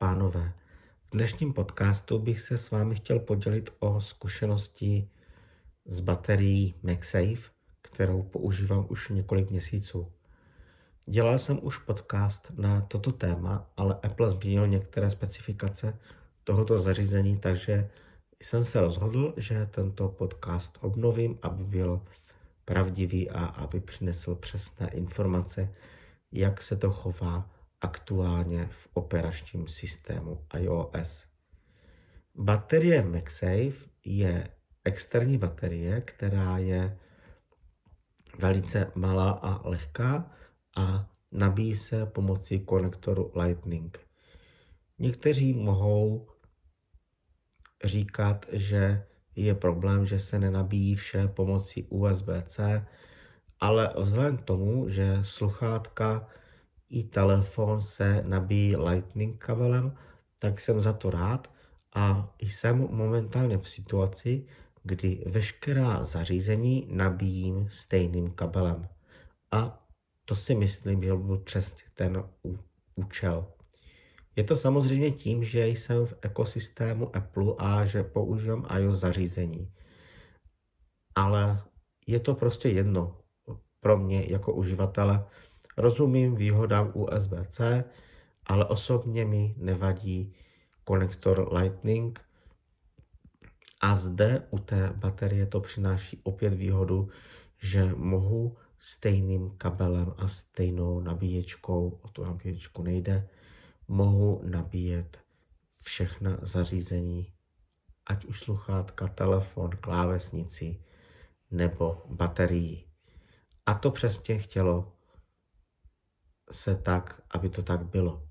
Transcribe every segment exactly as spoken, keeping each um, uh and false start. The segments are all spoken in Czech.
pánové, v dnešním podcastu bych se s vámi chtěl podělit o zkušenosti s baterií MagSafe, kterou používám už několik měsíců. Dělal jsem už podcast na toto téma, ale Apple změnil některé specifikace tohoto zařízení, takže jsem se rozhodl, že tento podcast obnovím, aby byl pravdivý a aby přinesl přesné informace, jak se to chová aktuálně v operačním systému iOS. Baterie MagSafe je externí baterie, která je velice malá a lehká a nabíjí se pomocí konektoru Lightning. Někteří mohou říkat, že je problém, že se nenabíjí vše pomocí U S B C, ale vzhledem k tomu, že sluchátka i telefon se nabíjí Lightning kabelem, tak jsem za to rád a jsem momentálně v situaci, kdy veškerá zařízení nabíjím stejným kabelem. A to si myslím, že byl přesně ten účel. Je to samozřejmě tím, že jsem v ekosystému Apple a že používám iOS zařízení. Ale je to prostě jedno pro mě jako uživatele. Rozumím výhodám U S B C, ale osobně mi nevadí konektor Lightning. A zde u té baterie to přináší opět výhodu, že mohu stejným kabelem a stejnou nabíječkou, o tu nabíječku nejde, mohu nabíjet všechna zařízení, ať už sluchátka, telefon, klávesnici nebo baterii. A to přesně chtělo se tak, aby to tak bylo.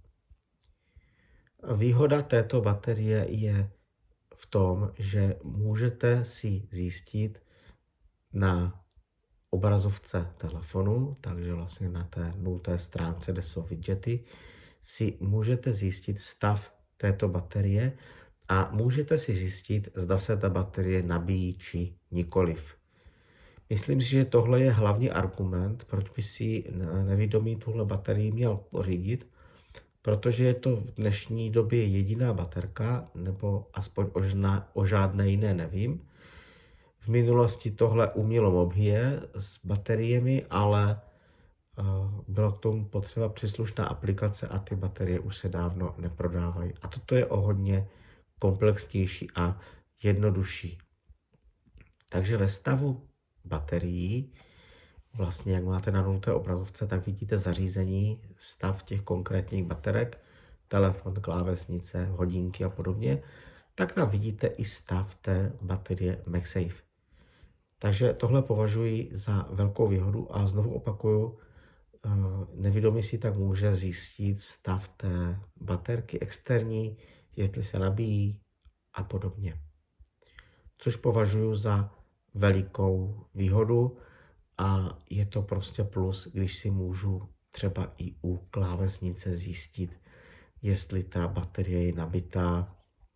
Výhoda této baterie je v tom, že můžete si zjistit na obrazovce telefonu, takže vlastně na té nulté stránce, kde jsou widgety, si můžete zjistit stav této baterie a můžete si zjistit, zda se ta baterie nabíjí či nikoliv. Myslím si, že tohle je hlavní argument, proč by si nevědomý tuhle baterii měl pořídit, protože je to v dnešní době jediná baterka, nebo aspoň o, žna, o žádné jiné nevím. V minulosti tohle umělo mobhie s bateriemi, ale uh, bylo k tomu potřeba příslušná aplikace a ty baterie už se dávno neprodávají. A toto je o hodně komplexnější a jednodušší. Takže ve stavu baterií, vlastně jak máte na nulté obrazovce, tak vidíte zařízení, stav těch konkrétních baterek, telefon, klávesnice, hodinky a podobně, tak tam vidíte i stav té baterie MagSafe. Takže tohle považuji za velkou výhodu a znovu opakuju, nevědomý si tak může zjistit stav té baterky externí, jestli se nabíjí a podobně. Což považuji za velikou výhodu a je to prostě plus, když si můžu třeba i u klávesnice zjistit, jestli ta baterie je nabitá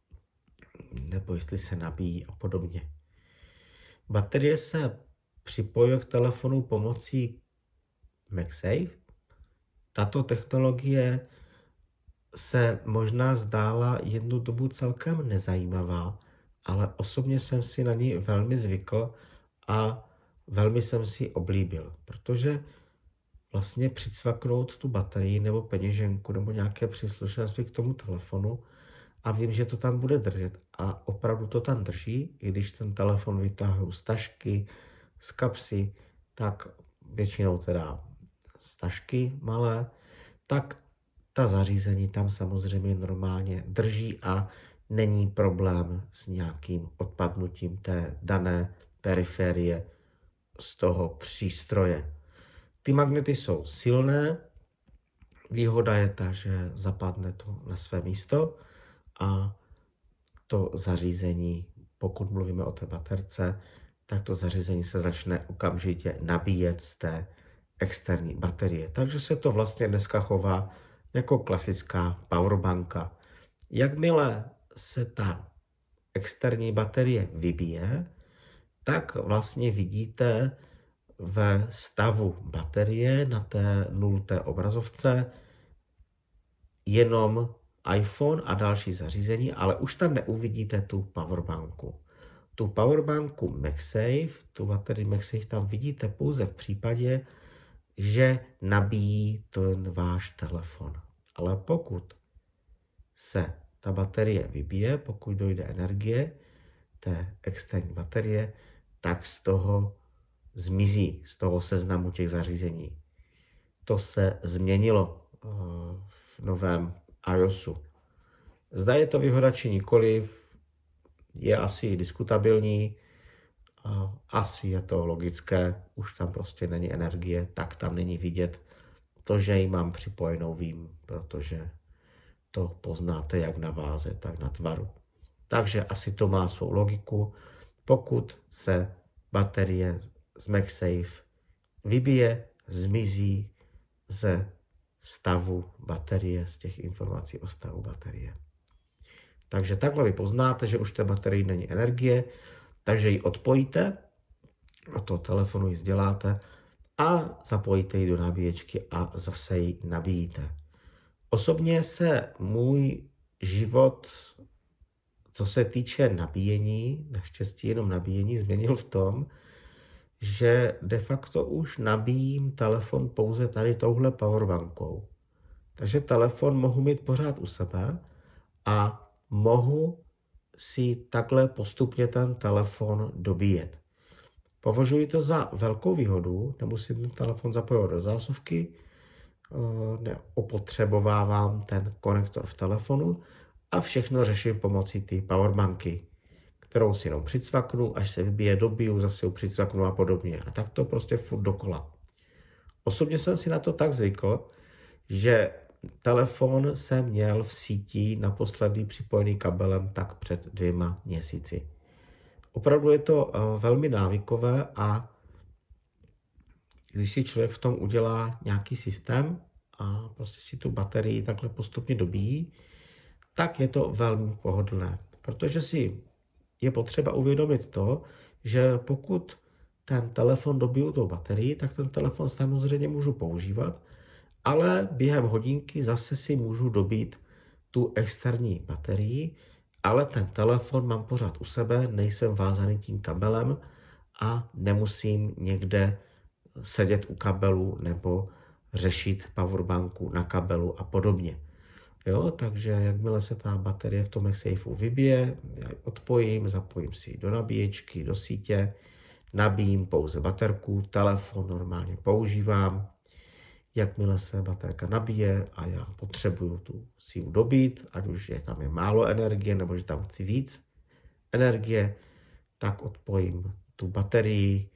nebo jestli se nabíjí a podobně. Baterie se připojuje k telefonu pomocí MagSafe. Tato technologie se možná zdála jednu dobu celkem nezajímavá, ale osobně jsem si na ní velmi zvykl a velmi jsem si oblíbil, protože vlastně přicvaknout tu baterii nebo peněženku nebo nějaké příslušenství k tomu telefonu a vím, že to tam bude držet a opravdu to tam drží, i když ten telefon vytáhnu z tašky, z kapsy, tak většinou teda z tašky malé, tak ta zařízení tam samozřejmě normálně drží a není problém s nějakým odpadnutím té dané periferie z toho přístroje. Ty magnety jsou silné, výhoda je ta, že zapadne to na své místo a to zařízení, pokud mluvíme o té baterce, tak to zařízení se začne okamžitě nabíjet z té externí baterie. Takže se to vlastně dneska chová jako klasická powerbanka. Jakmile se ta externí baterie vybije, tak vlastně vidíte ve stavu baterie na té nulté obrazovce jenom iPhone a další zařízení, ale už tam neuvidíte tu powerbanku. Tu powerbanku MagSafe, tu baterii MagSafe tam vidíte pouze v případě, že nabíjí ten váš telefon. Ale pokud se ta baterie vybije, pokud dojde energie té externí baterie, tak z toho zmizí, z toho seznamu těch zařízení. To se změnilo v novém iOSu. Zda je to výhoda či nikoliv, je asi diskutabilní, asi je to logické, už tam prostě není energie, tak tam není vidět. To, že ji mám připojenou, vím, protože to poznáte jak na váze, tak na tvaru. Takže asi to má svou logiku. Pokud se baterie z MagSafe vybije, zmizí ze stavu baterie, z těch informací o stavu baterie. Takže takhle vy poznáte, že už té baterii není energie, takže ji odpojíte, od toho telefonu ji vzděláte a zapojíte ji do nabíječky a zase ji nabíjíte. Osobně se můj život, co se týče nabíjení, naštěstí jenom nabíjení, změnil v tom, že de facto už nabíjím telefon pouze tady touhle powerbankou. Takže telefon mohu mít pořád u sebe a mohu si takhle postupně ten telefon dobíjet. Považuji to za velkou výhodu, nemusím ten telefon zapojovat do zásuvky, neopotřebovávám ten konektor v telefonu a všechno řeším pomocí té powerbanky, kterou si jenom přicvaknu, až se vybije, dobiju, zase ji přicvaknu a podobně. A tak to prostě furt dokola. Osobně jsem si na to tak zvykl, že telefon jsem měl v síti naposledy připojený kabelem tak před dvěma měsíci. Opravdu je to velmi návykové a když si člověk v tom udělá nějaký systém a prostě si tu baterii takhle postupně dobíjí, tak je to velmi pohodlné, protože si je potřeba uvědomit to, že pokud ten telefon dobiju tou baterii, tak ten telefon samozřejmě můžu používat, ale během hodinky zase si můžu dobít tu externí baterii, ale ten telefon mám pořád u sebe, nejsem vázaný tím kabelem a nemusím někde sedět u kabelu nebo řešit powerbanku na kabelu a podobně. Jo, takže jakmile se ta baterie v tom MagSafeu vybije, já ji odpojím, zapojím si ji do nabíječky, do sítě, nabíjím pouze baterku, telefon normálně používám. Jakmile se baterka nabíje a já potřebuju tu si ji dobít, ať už je tam je málo energie nebo že tam chci víc energie, tak odpojím tu baterii,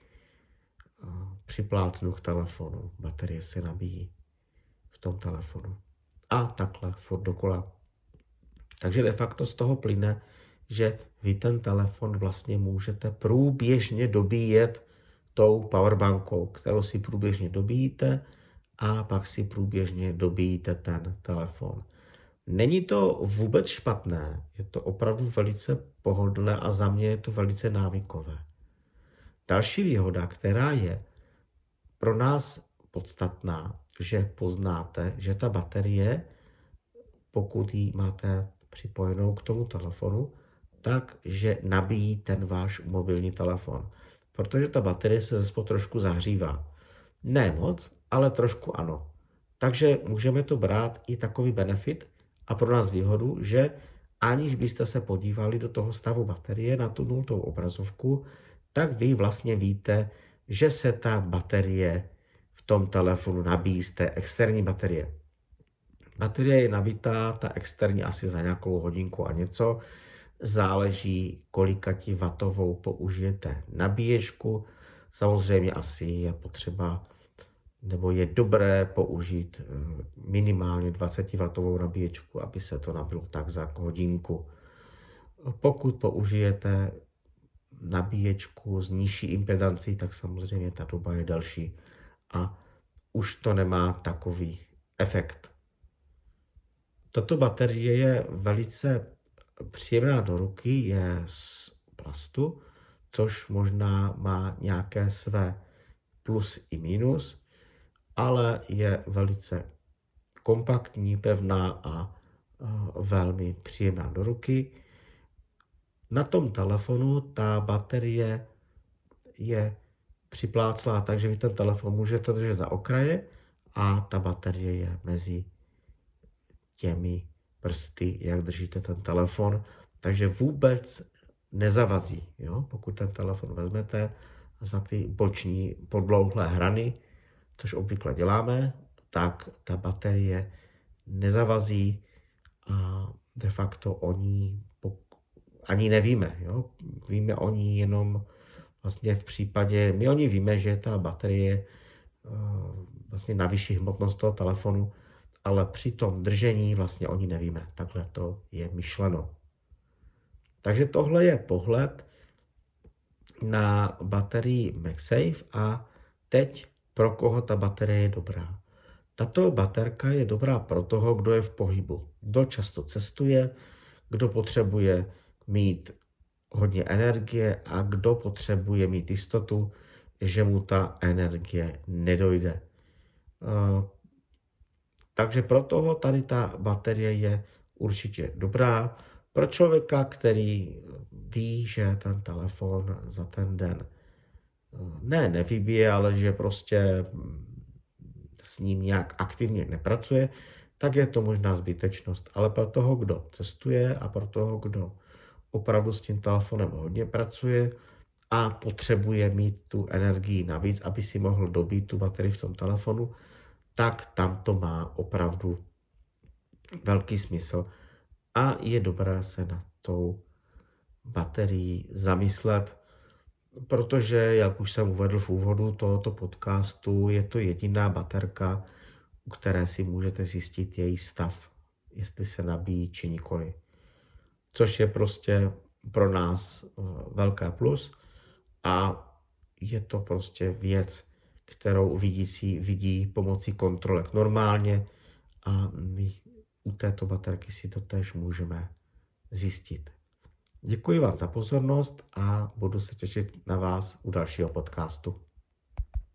připlácnu k telefonu, baterie se nabíjí v tom telefonu. A takhle furt dokola. Takže de facto z toho plyne, že vy ten telefon vlastně můžete průběžně dobíjet tou powerbankou, kterou si průběžně dobíjíte a pak si průběžně dobíjíte ten telefon. Není to vůbec špatné, je to opravdu velice pohodlné a za mě je to velice návykové. Další výhoda, která je pro nás podstatná, že poznáte, že ta baterie, pokud ji máte připojenou k tomu telefonu, takže nabíjí ten váš mobilní telefon. Protože ta baterie se zase trošku zahřívá. Ne moc, ale trošku ano. Takže můžeme to brát i takový benefit a pro nás výhodu, že aniž byste se podívali do toho stavu baterie na tu nultou obrazovku, tak vy vlastně víte, že se ta baterie v tom telefonu nabíjí z té externí baterie. Baterie je nabitá, ta externí asi za nějakou hodinku a něco. Záleží, kolikati watovou použijete nabíječku. Samozřejmě asi je potřeba, nebo je dobré použít minimálně dvacet watovou nabíječku, aby se to nabilo tak za hodinku. Pokud použijete nabíječku s nižší impedancí, tak samozřejmě ta doba je delší a už to nemá takový efekt. Tato baterie je velice příjemná do ruky, je z plastu, což možná má nějaké své plus i minus, ale je velice kompaktní, pevná a velmi příjemná do ruky. Na tom telefonu ta baterie je připláclá, takže vy ten telefon můžete držet za okraje a ta baterie je mezi těmi prsty, jak držíte ten telefon, takže vůbec nezavazí. Jo? Pokud ten telefon vezmete za ty boční podlouhlé hrany, což obvykle děláme, tak ta baterie nezavazí a de facto o ní ani nevíme. Jo? Víme o ní jenom vlastně v případě, my o ní víme, že ta baterie vlastně navýší hmotnost toho telefonu, ale při tom držení vlastně o ní nevíme. Takhle to je myšleno. Takže tohle je pohled na baterii MagSafe a teď pro koho ta baterie je dobrá. Tato baterka je dobrá pro toho, kdo je v pohybu, kdo často cestuje, kdo potřebuje mít hodně energie a kdo potřebuje mít jistotu, že mu ta energie nedojde. Takže pro toho tady ta baterie je určitě dobrá. Pro člověka, který ví, že ten telefon za ten den ne nevybije, ale že prostě s ním nějak aktivně nepracuje, tak je to možná zbytečnost. Ale pro toho, kdo cestuje a pro toho, kdo opravdu s tím telefonem hodně pracuje a potřebuje mít tu energii navíc, aby si mohl dobít tu baterii v tom telefonu, tak tam to má opravdu velký smysl a je dobré se na tou baterií zamyslet, protože, jak už jsem uvedl v úvodu tohoto podcastu, je to jediná baterka, u které si můžete zjistit její stav, jestli se nabíjí či nikoli. Což je prostě pro nás velké plus a je to prostě věc, kterou vidící vidí pomocí kontrolek normálně a my u této baterky si to též můžeme zjistit. Děkuji vám za pozornost a budu se těšit na vás u dalšího podcastu.